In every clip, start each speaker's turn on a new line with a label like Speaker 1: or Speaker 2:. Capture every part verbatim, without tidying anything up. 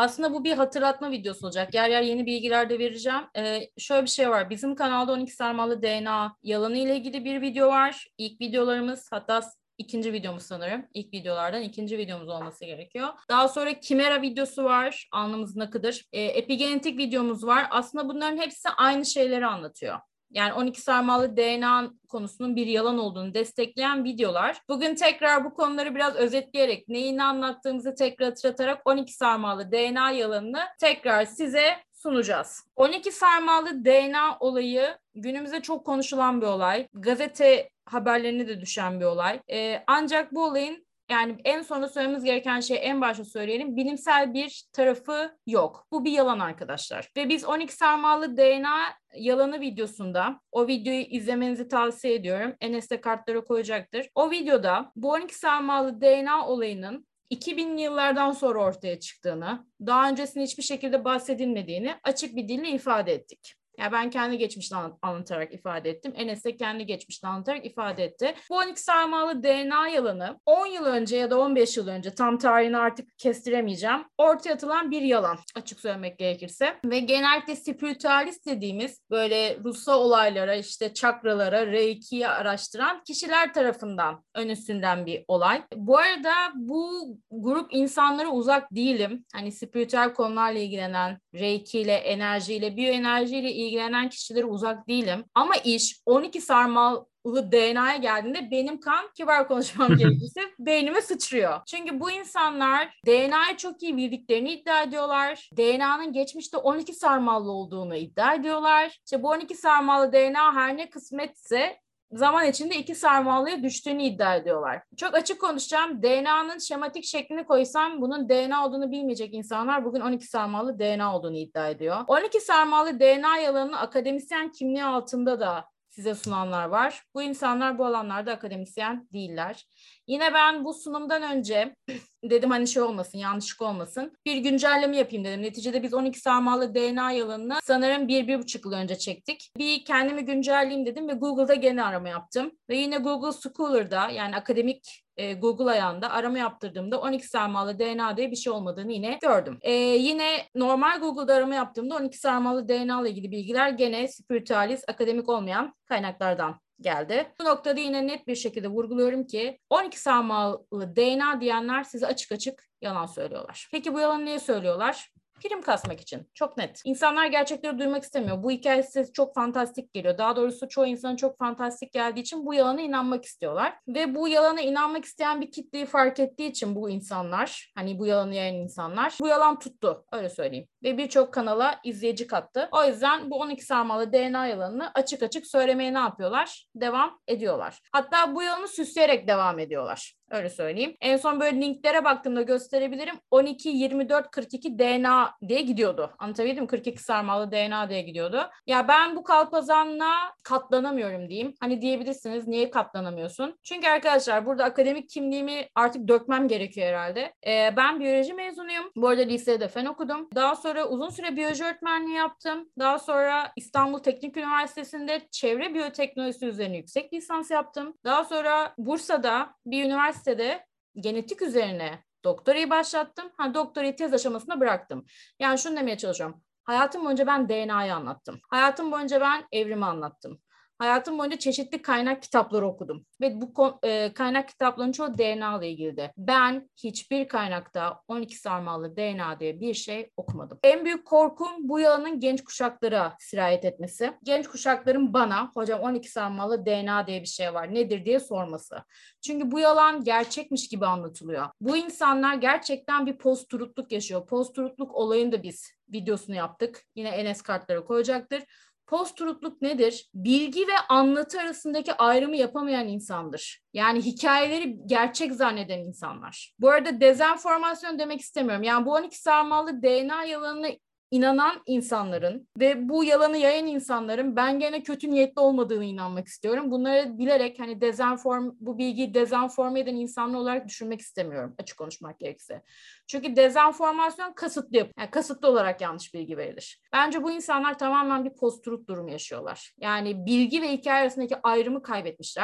Speaker 1: Aslında bu bir hatırlatma videosu olacak. Yer yer yeni bilgiler de vereceğim. Ee, şöyle bir şey var. Bizim kanalda on iki sarmalı D N A yalanı ile ilgili bir video var. İlk videolarımız, hatta ikinci videomuz sanırım. İlk videolardan ikinci videomuz olması gerekiyor. Daha sonra Kimera videosu var. Alnımızın akıdır. Ee, epigenetik videomuz var. Aslında bunların hepsi aynı şeyleri anlatıyor. Yani on iki sarmalı D N A konusunun bir yalan olduğunu destekleyen videolar. Bugün tekrar bu konuları biraz özetleyerek, neyi ne anlattığımızı tekrar hatırlatarak on iki sarmalı D N A yalanını tekrar size sunacağız. on iki sarmalı D N A olayı günümüzde çok konuşulan bir olay. Gazete haberlerine de düşen bir olay. Ee, ancak bu olayın, yani en sonunda söylememiz gereken şey, en başta söyleyelim, bilimsel bir tarafı yok. Bu bir yalan arkadaşlar. Ve biz on iki sarmalı D N A yalanı videosunda, o videoyu izlemenizi tavsiye ediyorum. Enes de kartlara koyacaktır. O videoda bu on iki sarmalı D N A olayının iki binli yıllardan sonra ortaya çıktığını, daha öncesinde hiçbir şekilde bahsedilmediğini açık bir dille ifade ettik. Yani ben kendi geçmişten anlatarak ifade ettim. Enes de kendi geçmişten anlatarak ifade etti. Bu on iki sarmalı D N A yalanı on yıl önce ya da on beş yıl önce, tam tarihini artık kestiremeyeceğim, ortaya atılan bir yalan, açık söylemek gerekirse. Ve genellikle spiritüalist dediğimiz, böyle ruhsal olaylara, işte çakralara, reiki'yi araştıran kişiler tarafından öne sürülen bir olay. Bu arada bu grup insanlara uzak değilim. Hani spiritüel konularla ilgilenen, reiki'yle, enerjiyle, biyoenerjiyle ilgilenen kişilere uzak değilim. Ama iş on iki sarmalı D N A'ya geldiğinde benim kan, kibar konuşmam gerekirse, beynime sıçrıyor. Çünkü bu insanlar D N A'yı çok iyi bildiklerini iddia ediyorlar. D N A'nın geçmişte on iki sarmallı olduğunu iddia ediyorlar. İşte bu on iki sarmallı D N A her ne kısmetse zaman içinde iki sarmallıya düştüğünü iddia ediyorlar. Çok açık konuşacağım. D N A'nın şematik şeklini koysam bunun D N A olduğunu bilmeyecek insanlar bugün on iki sarmallı D N A olduğunu iddia ediyor. on iki sarmallı D N A yalanını akademisyen kimliği altında da size sunanlar var. Bu insanlar bu alanlarda akademisyen değiller. Yine ben bu sunumdan önce dedim hani şey olmasın, yanlışlık olmasın, bir güncelleme yapayım dedim. Neticede biz on iki sarmalı D N A yalanını sanırım bir, bir buçuk yıl önce çektik. Bir kendimi güncelleyeyim dedim ve Google'da gene arama yaptım. Ve yine Google Scholar'da, yani akademik e, Google ayağında arama yaptırdığımda on iki sarmalı D N A diye bir şey olmadığını yine gördüm. E, yine normal Google'da arama yaptığımda on iki sarmalı D N A ile ilgili bilgiler gene spiritüalist, akademik olmayan kaynaklardan geldi. Bu noktada yine net bir şekilde vurguluyorum ki on iki sarmalı D N A diyenler size açık açık yalan söylüyorlar. Peki bu yalanı niye söylüyorlar? Prim kasmak için. Çok net. İnsanlar gerçekleri duymak istemiyor. Bu hikaye size çok fantastik geliyor. Daha doğrusu çoğu insanın çok fantastik geldiği için bu yalana inanmak istiyorlar. Ve bu yalana inanmak isteyen bir kitleyi fark ettiği için bu insanlar, hani bu yalanı yayan insanlar, bu yalan tuttu. Öyle söyleyeyim. Ve birçok kanala izleyici kattı. O yüzden bu on iki sarmalı D N A yalanını açık açık söylemeye ne yapıyorlar? Devam ediyorlar. Hatta bu yalanı süsleyerek devam ediyorlar. Öyle söyleyeyim. En son böyle linklere baktığımda gösterebilirim. on iki yirmi dört kırk iki D N A diye gidiyordu. Anlatabildim mi? kırk iki sarmalı D N A diye gidiyordu. Ya ben bu kalpazanlığa katlanamıyorum diyeyim. Hani diyebilirsiniz, niye katlanamıyorsun? Çünkü arkadaşlar burada akademik kimliğimi artık dökmem gerekiyor herhalde. Ee, ben biyoloji mezunuyum. Bu arada lisede fen okudum. Daha sonra uzun süre biyoloji öğretmenliği yaptım. Daha sonra İstanbul Teknik Üniversitesi'nde çevre biyoteknolojisi üzerine yüksek lisans yaptım. Daha sonra Bursa'da bir üniversite Üniversitede genetik üzerine doktorayı başlattım. Ha, doktorayı tez aşamasında bıraktım. Yani şunu demeye çalışıyorum. Hayatım boyunca ben D N A'yı anlattım. Hayatım boyunca ben evrimi anlattım. Hayatım boyunca çeşitli kaynak kitapları okudum. Ve bu e, kaynak kitaplarının çoğu D N A ile ilgiliydi. Ben hiçbir kaynakta on iki sarmalı D N A diye bir şey okumadım. En büyük korkum bu yalanın genç kuşaklara sirayet etmesi. Genç kuşakların bana, hocam on iki sarmalı D N A diye bir şey var, nedir diye sorması. Çünkü bu yalan gerçekmiş gibi anlatılıyor. Bu insanlar gerçekten bir post-truth'luk yaşıyor. Post-truth'luk olayını da biz videosunu yaptık. Yine Enes kartlara koyacaktır. Post-truth'luk nedir? Bilgi ve anlatı arasındaki ayrımı yapamayan insandır. Yani hikayeleri gerçek zanneden insanlar. Bu arada dezenformasyon demek istemiyorum. Yani bu on iki sarmalı D N A yalanına inanan insanların ve bu yalanı yayan insanların ben gene kötü niyetli olmadığını inanmak istiyorum. Bunları bilerek hani dezenform, bu bilgiyi dezenforme eden insanlar olarak düşünmek istemiyorum, açık konuşmak gerekirse. Çünkü dezenformasyon kasıtlı, yani kasıtlı olarak yanlış bilgi verilir. Bence bu insanlar tamamen bir post-truth durumu yaşıyorlar. Yani bilgi ve hikaye arasındaki ayrımı kaybetmişler.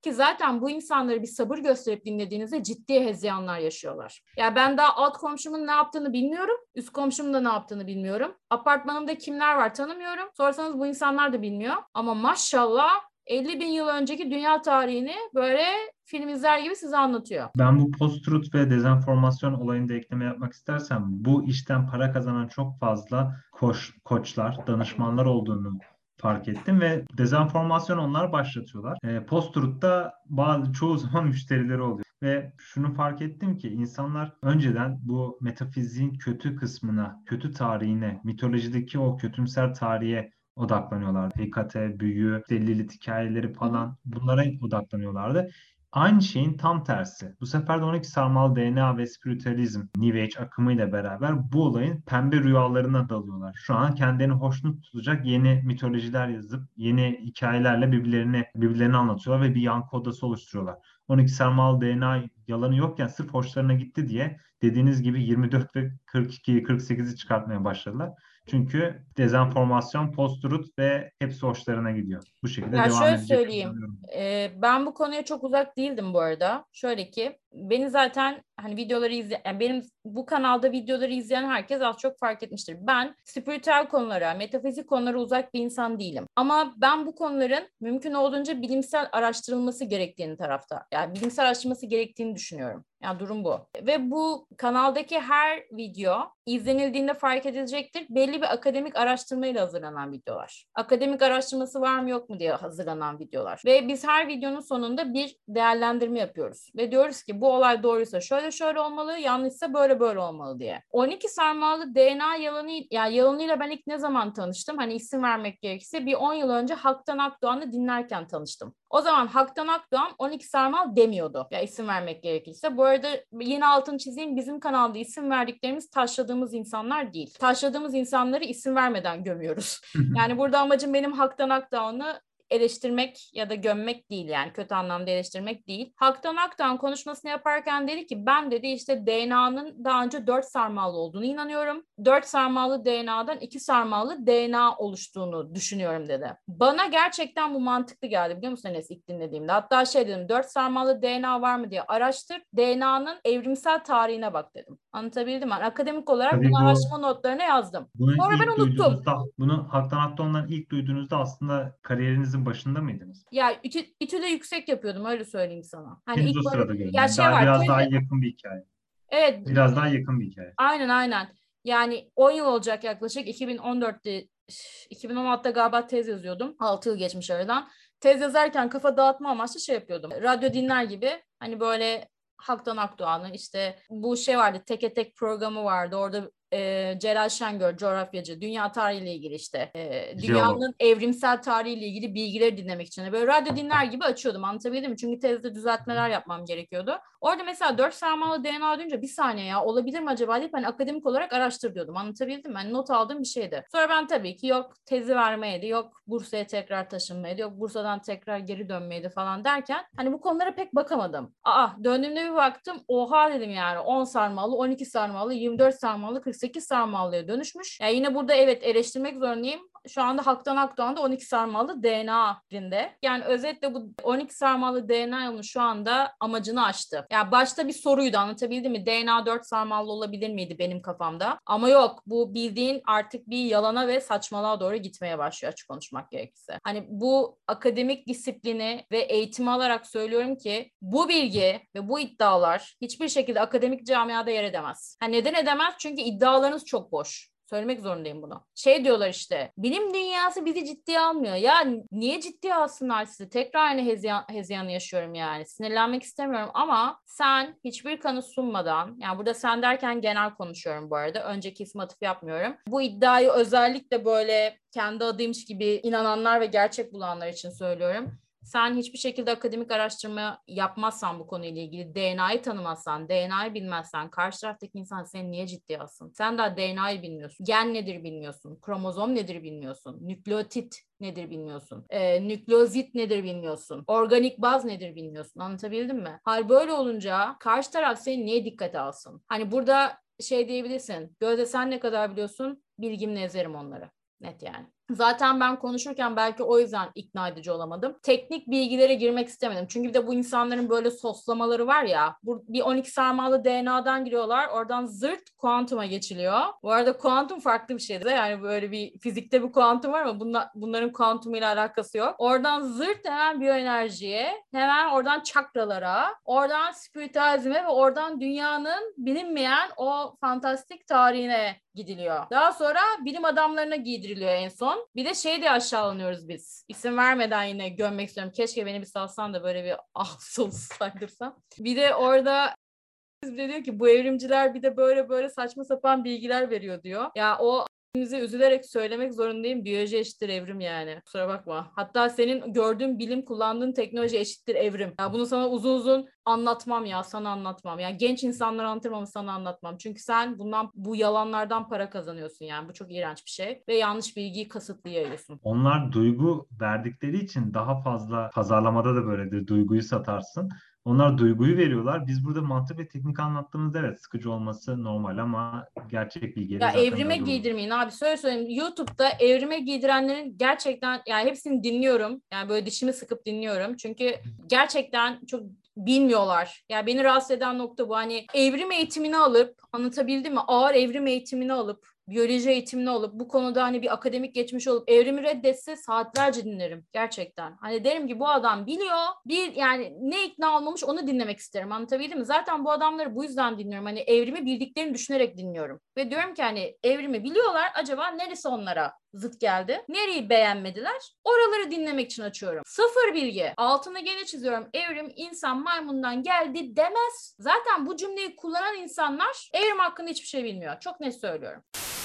Speaker 1: Ki zaten bu insanları bir sabır gösterip dinlediğinizde ciddi hezeyanlar yaşıyorlar. Ya yani ben daha alt komşumun ne yaptığını bilmiyorum. Üst komşumun da ne yaptığını bilmiyorum. Apartmanımda kimler var tanımıyorum. Sorsanız bu insanlar da bilmiyor. Ama maşallah elli bin yıl önceki dünya tarihini böyle film izler gibi size anlatıyor.
Speaker 2: Ben bu post-truth ve dezenformasyon olayında ekleme yapmak istersem, bu işten para kazanan çok fazla koç, koçlar, danışmanlar olduğunu fark ettim ve dezenformasyon onlar başlatıyorlar. E, post-truth'ta bazı çoğu zaman müşterileri oluyor. Ve şunu fark ettim ki insanlar önceden bu metafiziğin kötü kısmına, kötü tarihine, mitolojideki o kötümser tarihe odaklanıyorlardı. Hekate, büyü, delilik hikayeleri
Speaker 1: Hı hı.
Speaker 2: falan, bunlara odaklanıyorlardı. Aynı şeyin tam tersi. Bu sefer de on iki sarmal D N A ve spiritüalizm, New Age akımıyla beraber bu olayın pembe rüyalarına dalıyorlar. Şu an kendilerini hoşnut tutacak yeni mitolojiler yazıp yeni hikayelerle birbirlerini birbirlerini anlatıyorlar ve bir yankı odası oluşturuyorlar. on iki sarmal D N A yalanı yokken sırf hoşlarına gitti diye dediğiniz gibi yirmi dört ve kırk ikiyi kırk sekizi çıkartmaya başladılar. Çünkü dezenformasyon, post-truth ve hepsi hoşlarına gidiyor. Bu şekilde
Speaker 1: Ya
Speaker 2: devam
Speaker 1: şöyle
Speaker 2: edecek.
Speaker 1: söyleyeyim. e, ben bu konuya çok uzak değildim bu arada. Şöyle ki beni zaten hani videoları izleyen, yani benim bu kanalda videoları izleyen herkes az çok fark etmiştir. Ben spiritüel konulara, metafizik konulara uzak bir insan değilim. Ama ben bu konuların mümkün olduğunca bilimsel araştırılması gerektiğini tarafta. Yani bilimsel araştırılması gerektiğini düşünüyorum. Yani durum bu. Ve bu kanaldaki her video izlenildiğinde fark edilecektir. Belli bir akademik araştırmayla hazırlanan videolar. Akademik araştırması var mı yok mu diye hazırlanan videolar. Ve biz her videonun sonunda bir değerlendirme yapıyoruz. Ve diyoruz ki bu olay doğruysa şöyle şöyle olmalı, yanlışsa böyle böyle olmalı diye. on iki sarmallı D N A yalanı, yani yalanıyla ben ilk ne zaman tanıştım? Hani isim vermek gerekirse bir on yıl önce Haktan Akdoğan'ı dinlerken tanıştım. O zaman Haktan Akdoğan on iki sarmal demiyordu. Ya isim vermek gerekirse. Bu arada yine altını çizeyim, bizim kanalda isim verdiklerimiz taşladığımız insanlar değil. Taşladığımız insanları isim vermeden gömüyoruz. Yani burada amacım benim Haktan Akdoğan'ı eleştirmek ya da gömmek değil, yani kötü anlamda eleştirmek değil. Haktan Akdoğan konuşmasını yaparken dedi ki ben dedi işte D N A'nın daha önce dört sarmallı olduğunu inanıyorum. Dört sarmallı D N A'dan iki sarmallı D N A oluştuğunu düşünüyorum dedi. Bana gerçekten bu mantıklı geldi, biliyor musun Enes, ilk dinlediğimde. Hatta şey dedim, dört sarmallı D N A var mı diye araştır. D N A'nın evrimsel tarihine bak dedim. Anlatabildim mi? Akademik olarak
Speaker 2: Tabii
Speaker 1: bunu
Speaker 2: bu
Speaker 1: araştırma notlarına yazdım.
Speaker 2: bunu
Speaker 1: Sonra
Speaker 2: ilk
Speaker 1: ben unuttum.
Speaker 2: duyduğunuzda, bunu Haktan Akdoğan'dan ilk duyduğunuzda aslında kariyerinizin başında mıydınız?
Speaker 1: Ya İTÜ, İTÜ'de yüksek yapıyordum, öyle söyleyeyim sana. Hani
Speaker 2: Henüz o
Speaker 1: ilk böyle
Speaker 2: sırada gördüm.
Speaker 1: ya
Speaker 2: Yani
Speaker 1: şey
Speaker 2: daha
Speaker 1: var
Speaker 2: biraz daha
Speaker 1: tez,
Speaker 2: yakın bir hikaye.
Speaker 1: evet,
Speaker 2: Biraz daha yakın bir hikaye.
Speaker 1: aynen aynen. Yani on yıl olacak yaklaşık. iki bin on dörtte iki bin on altıda galiba tez yazıyordum. altı yıl geçmiş aradan. Tez yazarken kafa dağıtma amaçlı şey yapıyordum. Radyo dinler gibi hani böyle Haktan Akdoğan'ı, işte bu şey vardı, Teke Tek programı vardı. Orada e, Celal Şengör, coğrafyacı, dünya tarihiyle ilgili işte e,
Speaker 2: Jeolog.
Speaker 1: dünyanın evrimsel tarihiyle ilgili bilgileri dinlemek için de böyle radyo dinler gibi açıyordum, anlatabildim mi? Çünkü tezde düzeltmeler yapmam gerekiyordu. Orada mesela dört sarmalı D N A duyunca bir saniye ya olabilir mi acaba deyip hani akademik olarak araştır diyordum, anlatabildim mi? Hani not aldığım bir şeydi. Sonra ben tabii ki yok tezi vermeydi, yok Bursa'ya tekrar taşınmaydı, yok Bursa'dan tekrar geri dönmeydi falan derken hani bu konulara pek bakamadım. Aa, döndüğümde bir baktım, oha dedim, yani on sarmalı, on iki sarmalı, yirmi dört sarmalı, kırk sekiz sarmallıya dönüşmüş. Yani yine burada evet eleştirmek zorundayım. Şu anda Haktan Akdoğan'da on iki sarmalı D N A birinde. Yani özetle bu on iki sarmalı D N A yolunu şu anda amacını aştı. Yani başta bir soruydu, anlatabildim mi? D N A dört sarmallı olabilir miydi benim kafamda? Ama yok, bu bildiğin artık bir yalana ve saçmalığa doğru gitmeye başlıyor, açık konuşmak gerekirse. Hani bu akademik disiplini ve eğitimi alarak söylüyorum ki bu bilgi ve bu iddialar hiçbir şekilde akademik camiada yer edemez. Ha, neden edemez? Çünkü iddialarınız çok boş. Söylemek zorundayım bunu. Şey diyorlar işte, bilim dünyası bizi ciddiye almıyor. Ya niye ciddiye alsınlar sizi? Tekrar aynı hezeyan, hezeyanı yaşıyorum yani. Sinirlenmek istemiyorum ama sen hiçbir kanı sunmadan, yani burada sen derken genel konuşuyorum bu arada. Önceki isim atıf yapmıyorum. Bu iddiayı özellikle böyle kendi adıymış gibi inananlar ve gerçek bulanlar için söylüyorum. Sen hiçbir şekilde akademik araştırma yapmazsan bu konuyla ilgili, D N A'yı tanımazsan, D N A'yı bilmezsen karşı taraftaki insan seni niye ciddiye alsın? Sen daha D N A'yı bilmiyorsun. Gen nedir bilmiyorsun. Kromozom nedir bilmiyorsun. Nükleotit nedir bilmiyorsun. Ee, nükleozit nedir bilmiyorsun. Organik baz nedir bilmiyorsun. Anlatabildim mi? Hal böyle olunca karşı taraf seni niye dikkate alsın? Hani burada şey diyebilirsin. Gözde sen ne kadar biliyorsun? Bilgimle ezerim onları. Net yani. Zaten ben konuşurken belki o yüzden ikna edici olamadım. Teknik bilgilere girmek istemedim. Çünkü bir de bu insanların böyle soslamaları var ya. Bu, bir on iki sarmalı D N A'dan giriyorlar. Oradan zırt kuantuma geçiliyor. Bu arada kuantum farklı bir şeydi. Yani böyle bir fizikte bir kuantum var ama bunla, bunların kuantumuyla alakası yok. Oradan zırt hemen biyoenerjiye, hemen oradan çakralara, oradan spiritüalizme ve oradan dünyanın bilinmeyen o fantastik tarihine gidiliyor. Daha sonra bilim adamlarına giydiriliyor en son. Bir de şey de aşağılanıyoruz biz. İsim vermeden yine gömmek istiyorum. Keşke beni bir salsan da böyle bir ah saydırsam. Bir de orada bir de diyor ki bu evrimciler bir de böyle böyle saçma sapan bilgiler veriyor diyor. Ya o bize üzülerek söylemek zorundayım. Biyoloji eşittir evrim yani. Kusura bakma. Hatta senin gördüğün bilim, kullandığın teknoloji eşittir evrim. Ya bunu sana uzun uzun anlatmam ya. Sana anlatmam. Yani genç insanlara anlatırmam, sana anlatmam. Çünkü sen bundan, bu yalanlardan para kazanıyorsun yani. Bu çok iğrenç bir şey. Ve yanlış bilgiyi kasıtlı yayıyorsun.
Speaker 2: Onlar duygu verdikleri için daha fazla, pazarlamada da böyledir. Duyguyu satarsın. Onlar duyguyu veriyorlar. Biz burada mantık ve teknik anlattığımızda evet sıkıcı olması normal ama gerçek bilgiyle
Speaker 1: Ya
Speaker 2: zaten
Speaker 1: evrime
Speaker 2: dalıyoruz.
Speaker 1: giydirmeyin abi. Söyle söyleyeyim. YouTube'da evrime giydirenlerin gerçekten yani hepsini dinliyorum. Yani böyle dişimi sıkıp dinliyorum. Çünkü gerçekten çok bilmiyorlar. Yani beni rahatsız eden nokta bu. Hani evrim eğitimini alıp, anlatabildim mi? Ağır evrim eğitimini alıp, biyoloji eğitimini alıp, bu konuda hani bir akademik geçmiş olup evrimi reddetse saatlerce dinlerim. Gerçekten. Hani derim ki bu adam biliyor. Bir yani ne ikna olmamış onu dinlemek isterim. Anlatabildim mi? Zaten bu adamları bu yüzden dinliyorum. Hani evrimi bildiklerini düşünerek dinliyorum. Ve diyorum ki hani evrimi biliyorlar. Acaba neresi onlara zıt geldi? Nereyi beğenmediler? Oraları dinlemek için açıyorum. Sıfır bilgi. Altını gene çiziyorum. Evrim insan maymundan geldi demez. Zaten bu cümleyi kullanan insanlar evrim hakkında hiçbir şey bilmiyor. Çok net söylüyorum.